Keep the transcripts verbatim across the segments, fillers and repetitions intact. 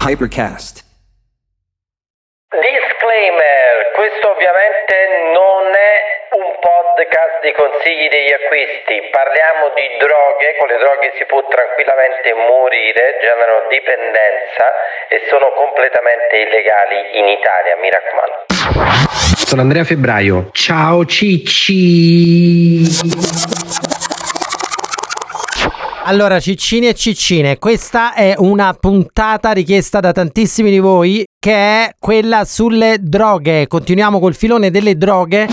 Hypercast. Disclaimer: questo ovviamente non è un podcast di consigli degli acquisti. Parliamo di droghe, con le droghe si può tranquillamente morire, generano dipendenza e sono completamente illegali in Italia, mi raccomando. Sono Andrea Febbraio. Ciao Cicci. Allora, ciccini e ciccine, questa è una puntata richiesta da tantissimi di voi, che è quella sulle droghe. Continuiamo col filone delle droghe.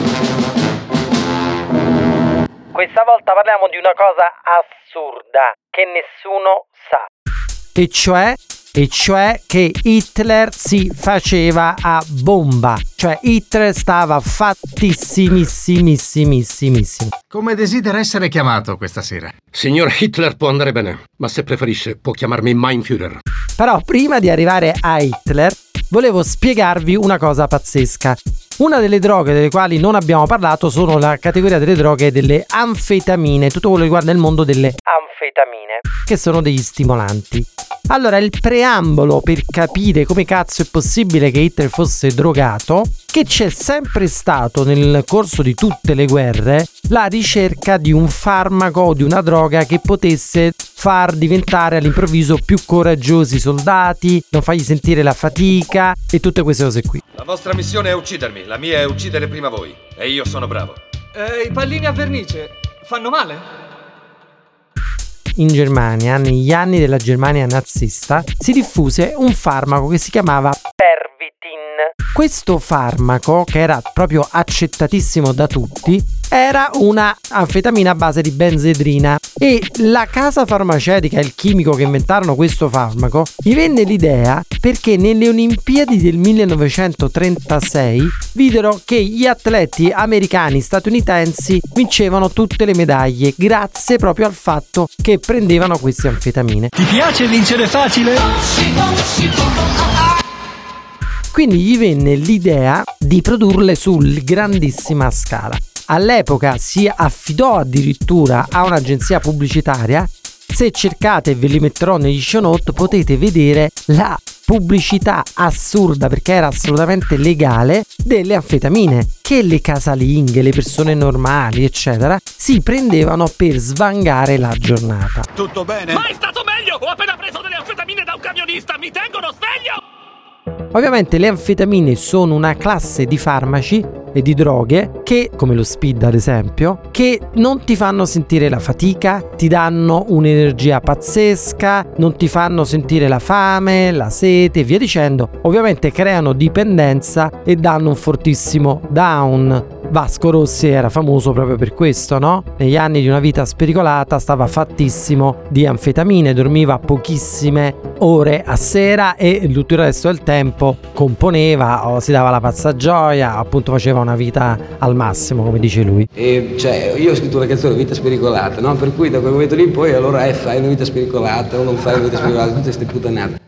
Questa volta parliamo di una cosa assurda che nessuno sa. E cioè, e cioè che Hitler si faceva a bomba. Cioè Hitler stava fattissimissimissimo. Come desidera essere chiamato questa sera? Signor Hitler può andare bene, ma se preferisce può chiamarmi Mein Führer. Però prima di arrivare a Hitler volevo spiegarvi una cosa pazzesca. Una delle droghe delle quali non abbiamo parlato sono la categoria delle droghe delle anfetamine, tutto quello che riguarda il mondo delle anfetamine, che sono degli stimolanti. Allora, il preambolo per capire come cazzo è possibile che Hitler fosse drogato, che c'è sempre stato nel corso di tutte le guerre la ricerca di un farmaco o di una droga che potesse far diventare all'improvviso più coraggiosi i soldati, non fargli sentire la fatica e tutte queste cose qui. La vostra missione è uccidermi, la mia è uccidere prima voi. E io sono bravo. Eh, i pallini a vernice fanno male? In Germania, negli anni della Germania nazista, si diffuse un farmaco che si chiamava Pervitin. Questo farmaco, che era proprio accettatissimo da tutti, era una anfetamina a base di benzedrina, e la casa farmaceutica, il chimico che inventarono questo farmaco, gli venne l'idea perché nelle Olimpiadi del millenovecentotrentasei videro che gli atleti americani statunitensi vincevano tutte le medaglie grazie proprio al fatto che prendevano queste anfetamine. Ti piace vincere facile? Quindi gli venne l'idea di produrle su grandissima scala. All'epoca si affidò addirittura a un'agenzia pubblicitaria. Se cercate, ve li metterò negli show note, potete vedere la pubblicità assurda, perché era assolutamente legale, delle anfetamine che le casalinghe, le persone normali eccetera si prendevano per svangare la giornata. Tutto bene? Mai stato meglio! Ho appena preso delle anfetamine da un camionista! Mi tengono sveglio! Ovviamente le anfetamine sono una classe di farmaci e di droghe che, come lo speed ad esempio, che non ti fanno sentire la fatica, ti danno un'energia pazzesca, non ti fanno sentire la fame, la sete e via dicendo. Ovviamente creano dipendenza e danno un fortissimo down. Vasco Rossi era famoso proprio per questo, no? Negli anni di una vita spericolata stava fattissimo di anfetamine, dormiva pochissime ore a sera e tutto il resto del tempo componeva o si dava la pazza gioia, appunto faceva una vita al massimo, come dice lui. E cioè, io ho scritto una canzone, Vita spericolata, no? Per cui da quel momento lì in poi allora eh, fai una vita spericolata o non fai una vita spericolata, tutte queste puttanate.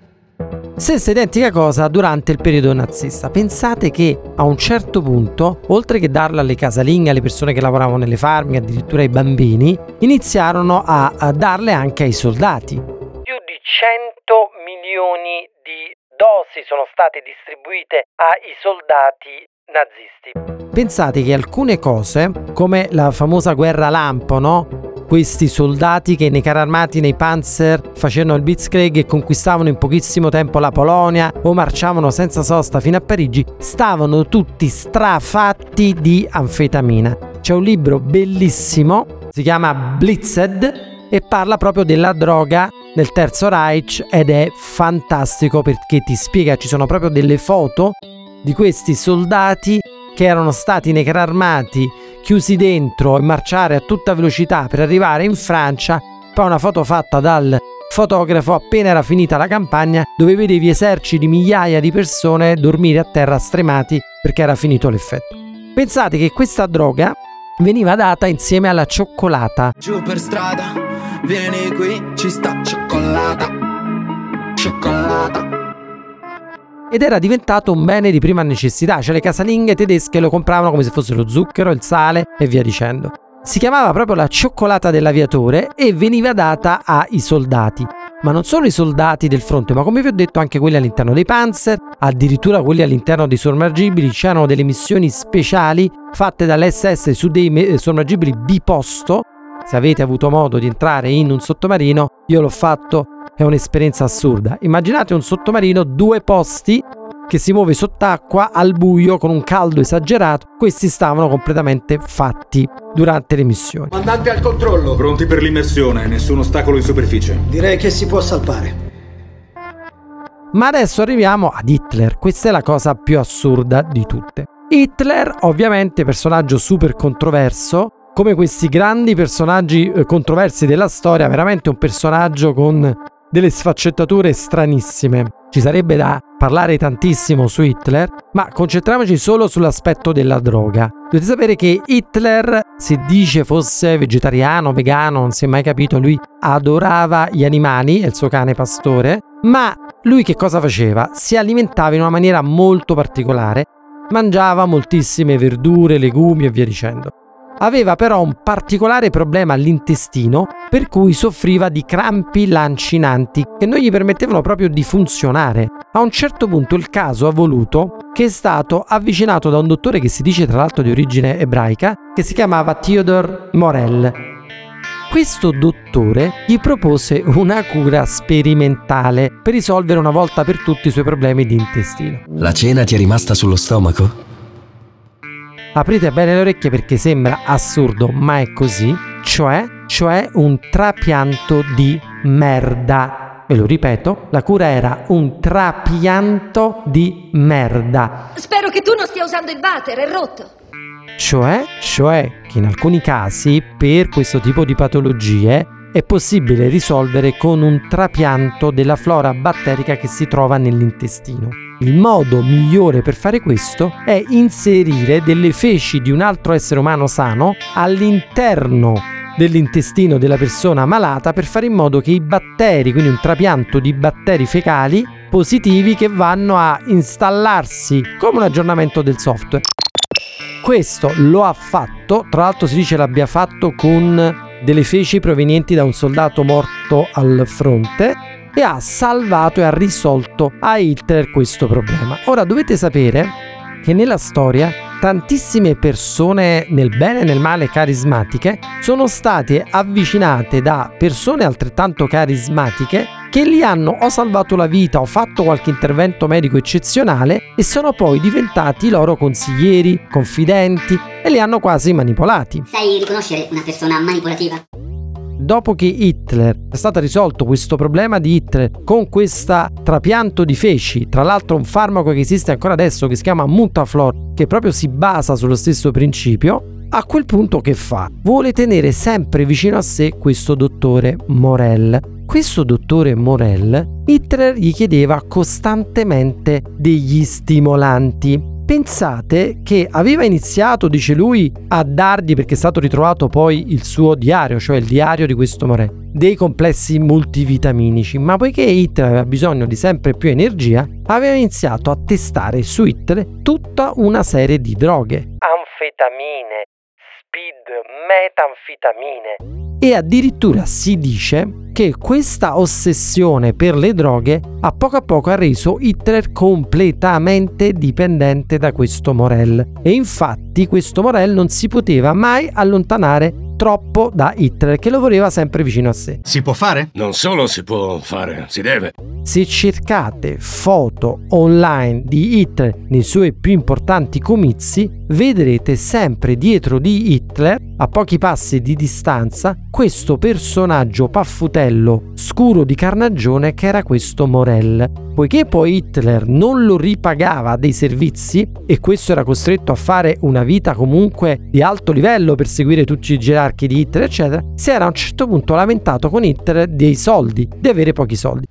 Stessa identica cosa durante il periodo nazista. Pensate che a un certo punto, oltre che darla alle casalinghe, alle persone che lavoravano nelle farmacie, addirittura ai bambini, iniziarono a, a darle anche ai soldati. Più di cento milioni di dosi sono state distribuite ai soldati nazisti. Pensate che alcune cose, come la famosa guerra lampo, no? Questi soldati che nei carri armati, nei Panzer, facevano il Blitzkrieg e conquistavano in pochissimo tempo la Polonia o marciavano senza sosta fino a Parigi, stavano tutti strafatti di anfetamina. C'è un libro bellissimo, si chiama Blitzed e parla proprio della droga nel Terzo Reich ed è fantastico perché ti spiega, ci sono proprio delle foto di questi soldati che erano stati nei carri armati chiusi dentro e marciare a tutta velocità per arrivare in Francia. Poi una foto fatta dal fotografo appena era finita la campagna, dove vedevi eserciti di migliaia di persone dormire a terra stremati perché era finito l'effetto. Pensate che questa droga veniva data insieme alla cioccolata. Giù per strada, vieni qui, ci sta cioccolata, cioccolata. Ed era diventato un bene di prima necessità, cioè le casalinghe tedesche lo compravano come se fosse lo zucchero, il sale e via dicendo. Si chiamava proprio la cioccolata dell'aviatore e veniva data ai soldati. ma non solo i soldati del fronte, ma come vi ho detto anche quelli all'interno dei Panzer, addirittura quelli all'interno dei sommergibili. C'erano delle missioni speciali fatte dall'esse esse su dei me- sommergibili biposto. Se avete avuto modo di entrare in un sottomarino, io l'ho fatto, è un'esperienza assurda. Immaginate un sottomarino, due posti, che si muove sott'acqua al buio con un caldo esagerato. Questi stavano completamente fatti durante le missioni. Comandante al controllo. Pronti per l'immersione, nessun ostacolo in superficie. Direi che si può salpare. Ma adesso arriviamo ad Hitler. Questa è la cosa più assurda di tutte. Hitler, ovviamente personaggio super controverso, come questi grandi personaggi eh, controversi della storia, veramente un personaggio con delle sfaccettature stranissime. Ci sarebbe da parlare tantissimo su Hitler, ma concentriamoci solo sull'aspetto della droga. Dovete sapere che Hitler, si dice fosse vegetariano, vegano, non si è mai capito, lui adorava gli animali e il suo cane pastore, ma lui che cosa faceva? Si alimentava in una maniera molto particolare, mangiava moltissime verdure, legumi e via dicendo. Aveva però un particolare problema all'intestino, per cui soffriva di crampi lancinanti che non gli permettevano proprio di funzionare. A un certo punto il caso ha voluto che è stato avvicinato da un dottore che si dice tra l'altro di origine ebraica, che si chiamava Theodor Morell. Questo dottore gli propose una cura sperimentale per risolvere una volta per tutti i suoi problemi di intestino. La cena ti è rimasta sullo stomaco? Aprite bene le orecchie perché sembra assurdo, ma è così, cioè, cioè un trapianto di merda. Ve lo ripeto, la cura era un trapianto di merda. Spero che tu non stia usando il water, è rotto. Cioè, cioè che in alcuni casi, per questo tipo di patologie, è possibile risolvere con un trapianto della flora batterica che si trova nell'intestino. Il modo migliore per fare questo è inserire delle feci di un altro essere umano sano all'interno dell'intestino della persona malata per fare in modo che i batteri, quindi un trapianto di batteri fecali positivi che vanno a installarsi come un aggiornamento del software. Questo lo ha fatto, tra l'altro si dice l'abbia fatto con delle feci provenienti da un soldato morto al fronte, e ha salvato e ha risolto a Hitler questo problema. Ora dovete sapere che nella storia tantissime persone nel bene e nel male carismatiche sono state avvicinate da persone altrettanto carismatiche che gli hanno o salvato la vita o fatto qualche intervento medico eccezionale e sono poi diventati loro consiglieri, confidenti e li hanno quasi manipolati. Sai riconoscere una persona manipolativa? Dopo che Hitler è stato risolto questo problema di Hitler con questo trapianto di feci, tra l'altro un farmaco che esiste ancora adesso che si chiama Mutaflor, che proprio si basa sullo stesso principio, a quel punto che fa? Vuole tenere sempre vicino a sé questo dottore Morell. Questo dottore Morell, Hitler gli chiedeva costantemente degli stimolanti. Pensate che aveva iniziato, dice lui, a dargli, perché è stato ritrovato poi il suo diario, cioè il diario di questo Morell, dei complessi multivitaminici, ma poiché Hitler aveva bisogno di sempre più energia, aveva iniziato a testare su Hitler tutta una serie di droghe. Anfetamine, speed, metanfetamine. E addirittura si dice che questa ossessione per le droghe a poco a poco ha reso Hitler completamente dipendente da questo Morell. E infatti questo Morell non si poteva mai allontanare troppo da Hitler, che lo voleva sempre vicino a sé. Si può fare? Non solo si può fare, si deve. Se cercate foto online di Hitler nei suoi più importanti comizi, vedrete sempre dietro di Hitler, a pochi passi di distanza, questo personaggio paffutello scuro di carnagione che era questo Morell. Poiché poi Hitler non lo ripagava dei servizi e questo era costretto a fare una vita comunque di alto livello per seguire tutti i gerarchi di Hitler eccetera, si era a un certo punto lamentato con Hitler dei soldi, di avere pochi soldi.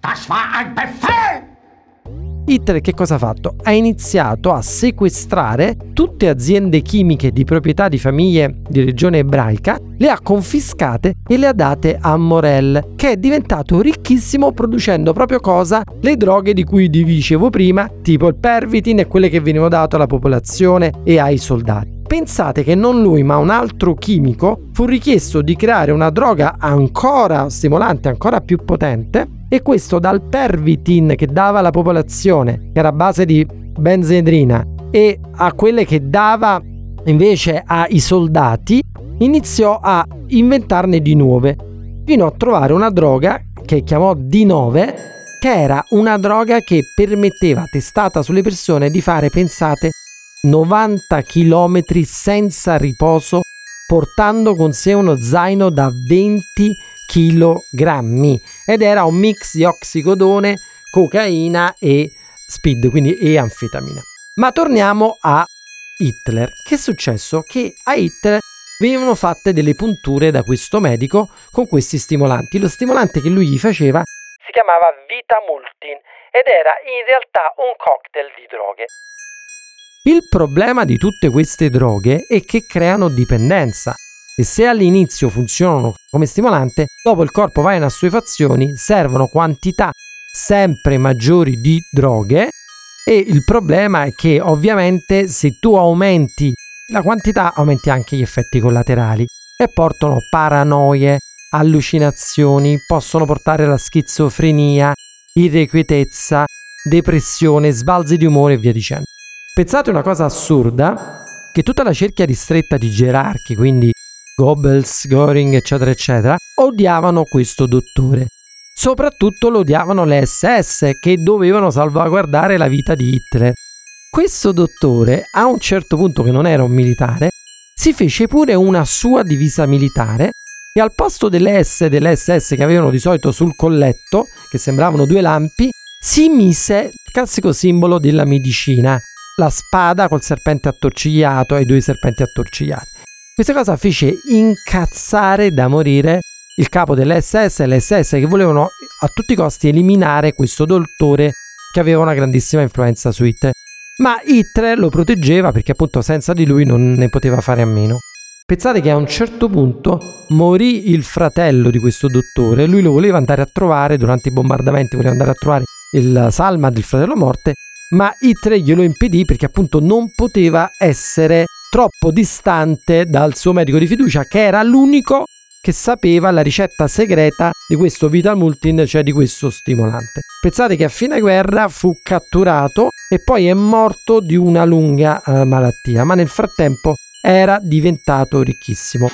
Hitler che cosa ha fatto? Ha iniziato a sequestrare tutte aziende chimiche di proprietà di famiglie di regione ebraica, le ha confiscate e le ha date a Morell, che è diventato ricchissimo producendo proprio cosa? Le droghe di cui vi dicevo prima, tipo il Pervitin e quelle che venivano date alla popolazione e ai soldati. Pensate che non lui ma un altro chimico fu richiesto di creare una droga ancora stimolante, ancora più potente, e questo dal Pervitin che dava alla popolazione, che era a base di benzedrina, e a quelle che dava invece ai soldati, iniziò a inventarne di nuove, fino a trovare una droga che chiamò D nove, che era una droga che permetteva, testata sulle persone, di fare, pensate, novanta chilometri senza riposo, portando con sé uno zaino da venti chilogrammi, ed era un mix di oxicodone, cocaina e speed, quindi e anfetamina. Ma torniamo a Hitler. Che è successo? Che a Hitler venivano fatte delle punture da questo medico con questi stimolanti. Lo stimolante che lui gli faceva si chiamava Vitamultin ed era in realtà un cocktail di droghe. Il problema di tutte queste droghe è che creano dipendenza, e se all'inizio funzionano come stimolante, dopo il corpo va in assuefazioni, servono quantità sempre maggiori di droghe, e il problema è che ovviamente se tu aumenti la quantità aumenti anche gli effetti collaterali e portano paranoie, allucinazioni, possono portare alla schizofrenia, irrequietezza, depressione, sbalzi di umore e via dicendo. Pensate una cosa assurda, che tutta la cerchia ristretta di gerarchi, quindi Goebbels, Göring eccetera eccetera, odiavano questo dottore. Soprattutto lo odiavano le S S che dovevano salvaguardare la vita di Hitler. Questo dottore, a un certo punto, che non era un militare, si fece pure una sua divisa militare e al posto delle S e delle S S che avevano di solito sul colletto, che sembravano due lampi, si mise il classico simbolo della medicina, la spada col serpente attorcigliato e i due serpenti attorcigliati. Questa cosa fece incazzare da morire il capo dell'S S e l'S S, che volevano a tutti i costi eliminare questo dottore che aveva una grandissima influenza su Hitler. Ma Hitler lo proteggeva perché appunto senza di lui non ne poteva fare a meno. Pensate che a un certo punto morì il fratello di questo dottore, lui lo voleva andare a trovare durante i bombardamenti, voleva andare a trovare il salma del fratello morte, ma Hitler glielo impedì perché appunto non poteva essere troppo distante dal suo medico di fiducia, che era l'unico che sapeva la ricetta segreta di questo Vitamultin, cioè di questo stimolante. Pensate che a fine guerra fu catturato e poi è morto di una lunga uh, malattia, ma nel frattempo era diventato ricchissimo.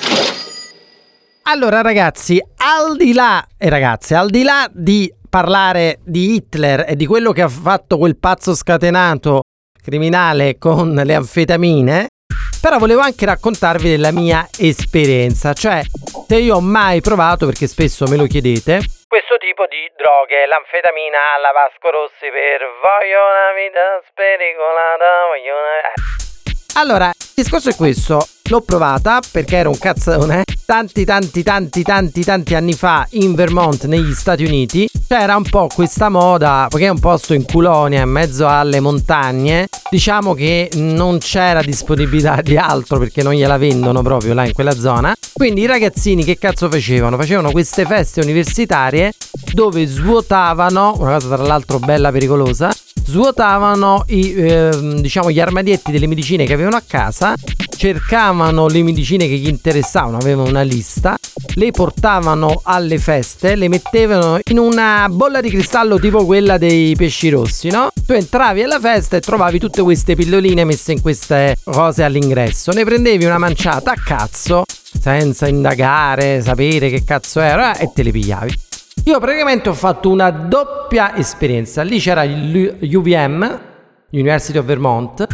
Allora ragazzi, al di là e ragazze, al di là di parlare di Hitler e di quello che ha fatto quel pazzo scatenato criminale con le anfetamine, però volevo anche raccontarvi della mia esperienza, cioè se io ho mai provato, perché spesso me lo chiedete, questo tipo di droghe, l'anfetamina alla Vasco Rossi per voglio una vita spericolata, voglio una... Eh. Allora, il discorso è questo, l'ho provata perché era un cazzone, tanti tanti tanti tanti tanti anni fa in Vermont negli Stati Uniti, c'era un po' questa moda, perché è un posto in Culonia in mezzo alle montagne, diciamo che non c'era disponibilità di altro perché non gliela vendono proprio là in quella zona, quindi i ragazzini che cazzo facevano? Facevano queste feste universitarie dove svuotavano, una cosa tra l'altro bella pericolosa, svuotavano i, eh, diciamo gli armadietti delle medicine che avevano a casa, cercavano le medicine che gli interessavano, avevano una lista, le portavano alle feste, le mettevano in una bolla di cristallo tipo quella dei pesci rossi, no? Tu entravi alla festa e trovavi tutte queste pilloline messe in queste cose all'ingresso, ne prendevi una manciata a cazzo senza indagare, sapere che cazzo era e te le pigliavi. Io praticamente ho fatto una doppia esperienza, lì c'era il U V M, University of Vermont,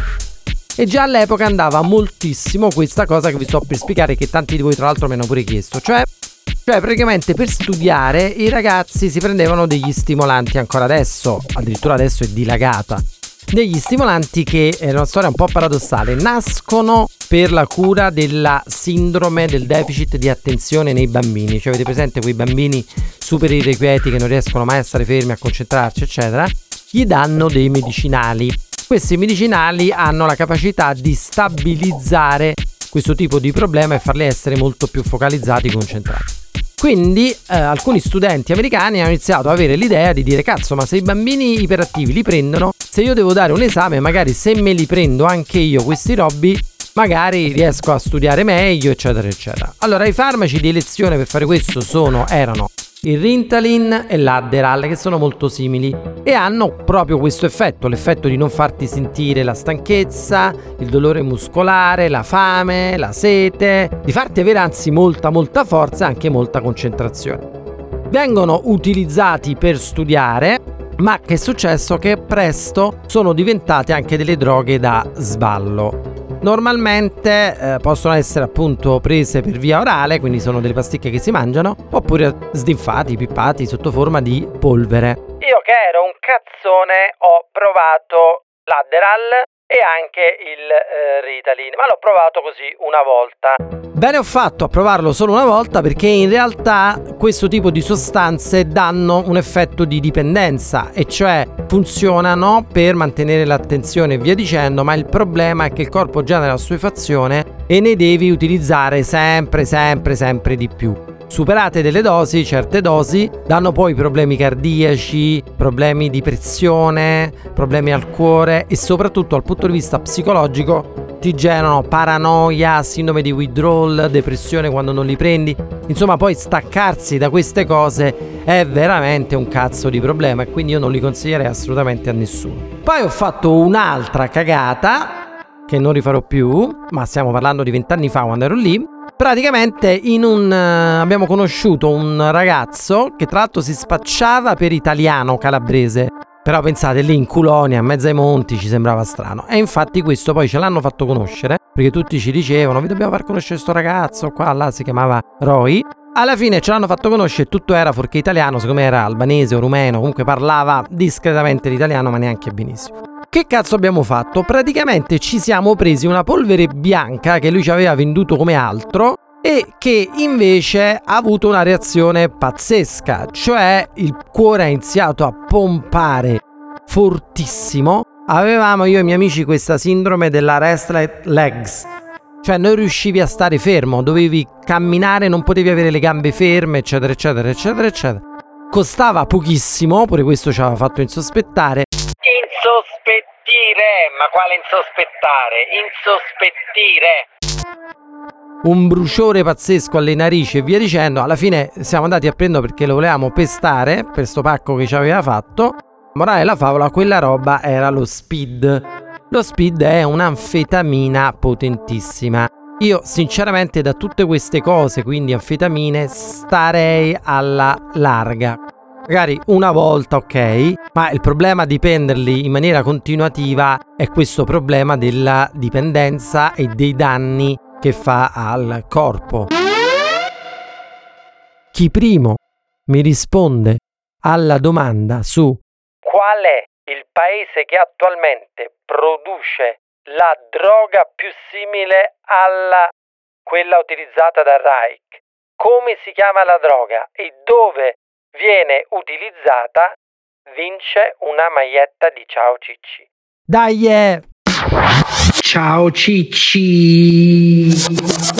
e già all'epoca andava moltissimo questa cosa che vi sto per spiegare, che tanti di voi tra l'altro mi hanno pure chiesto, cioè, cioè praticamente per studiare i ragazzi si prendevano degli stimolanti, ancora adesso, addirittura adesso è dilagata, degli stimolanti che, è una storia un po' paradossale, nascono per la cura della sindrome del deficit di attenzione nei bambini, cioè avete presente quei bambini super irrequieti che non riescono mai a stare fermi, a concentrarsi eccetera, gli danno dei medicinali. Questi medicinali hanno la capacità di stabilizzare questo tipo di problema e farli essere molto più focalizzati e concentrati. Quindi eh, alcuni studenti americani hanno iniziato ad avere l'idea di dire cazzo, ma se i bambini iperattivi li prendono, se io devo dare un esame, magari se me li prendo anche io questi robbi, magari riesco a studiare meglio eccetera eccetera. Allora i farmaci di elezione per fare questo sono, erano il Ritalin e l'Adderall, che sono molto simili e hanno proprio questo effetto, l'effetto di non farti sentire la stanchezza, il dolore muscolare, la fame, la sete, di farti avere anzi molta molta forza e anche molta concentrazione. Vengono utilizzati per studiare, ma che è successo? Che presto sono diventate anche delle droghe da sballo. Normalmente eh, possono essere appunto prese per via orale, quindi sono delle pasticche che si mangiano, oppure sdinfati, pippati sotto forma di polvere. Io che ero un cazzone ho provato l'Adderall e anche il eh, Ritalin, ma l'ho provato così una volta. Bene ho fatto a provarlo solo una volta, perché in realtà questo tipo di sostanze danno un effetto di dipendenza, e cioè funzionano per mantenere l'attenzione e via dicendo, ma il problema è che il corpo genera assuefazione e ne devi utilizzare sempre sempre sempre di più. Superate delle dosi, certe dosi danno poi problemi cardiaci, problemi di pressione, problemi al cuore e soprattutto dal punto di vista psicologico ti generano paranoia, sindrome di withdrawal, depressione quando non li prendi. Insomma, poi staccarsi da queste cose è veramente un cazzo di problema, e quindi io non li consiglierei assolutamente a nessuno. Poi ho fatto un'altra cagata che non rifarò più, ma stiamo parlando di vent'anni fa, quando ero lì. Praticamente in un uh, abbiamo conosciuto un ragazzo che tra l'altro si spacciava per italiano calabrese, però pensate, lì in Culonia, in mezzo ai monti, ci sembrava strano. E infatti questo poi ce l'hanno fatto conoscere, perché tutti ci dicevano: vi dobbiamo far conoscere sto ragazzo qua, là, si chiamava Roy. Alla fine ce l'hanno fatto conoscere, tutto era fuorché italiano, secondo me era albanese o rumeno, comunque parlava discretamente l'italiano, ma neanche benissimo. Che cazzo abbiamo fatto? Praticamente ci siamo presi una polvere bianca che lui ci aveva venduto come altro e che invece ha avuto una reazione pazzesca, cioè il cuore ha iniziato a pompare fortissimo. Avevamo io e i miei amici questa sindrome della restless legs, cioè non riuscivi a stare fermo, dovevi camminare, non potevi avere le gambe ferme, eccetera eccetera eccetera eccetera. Costava pochissimo, pure questo ci aveva fatto insospettare. Insospettire, ma quale insospettare? Insospettire. Un bruciore pazzesco alle narici e via dicendo. Alla fine siamo andati a prenderlo perché lo volevamo pestare per sto pacco che ci aveva fatto. Morale della favola, quella roba era lo speed. Lo speed è un'anfetamina potentissima. Io sinceramente da tutte queste cose, quindi anfetamine, starei alla larga. Magari una volta, ok, ma il problema di prenderli in maniera continuativa è questo problema della dipendenza e dei danni che fa al corpo. Chi primo mi risponde alla domanda su qual è il paese che attualmente produce la droga più simile alla quella utilizzata da Reich, come si chiama la droga e dove viene utilizzata, vince una maglietta di Ciao Cicci. Dai! Ciao Cicci!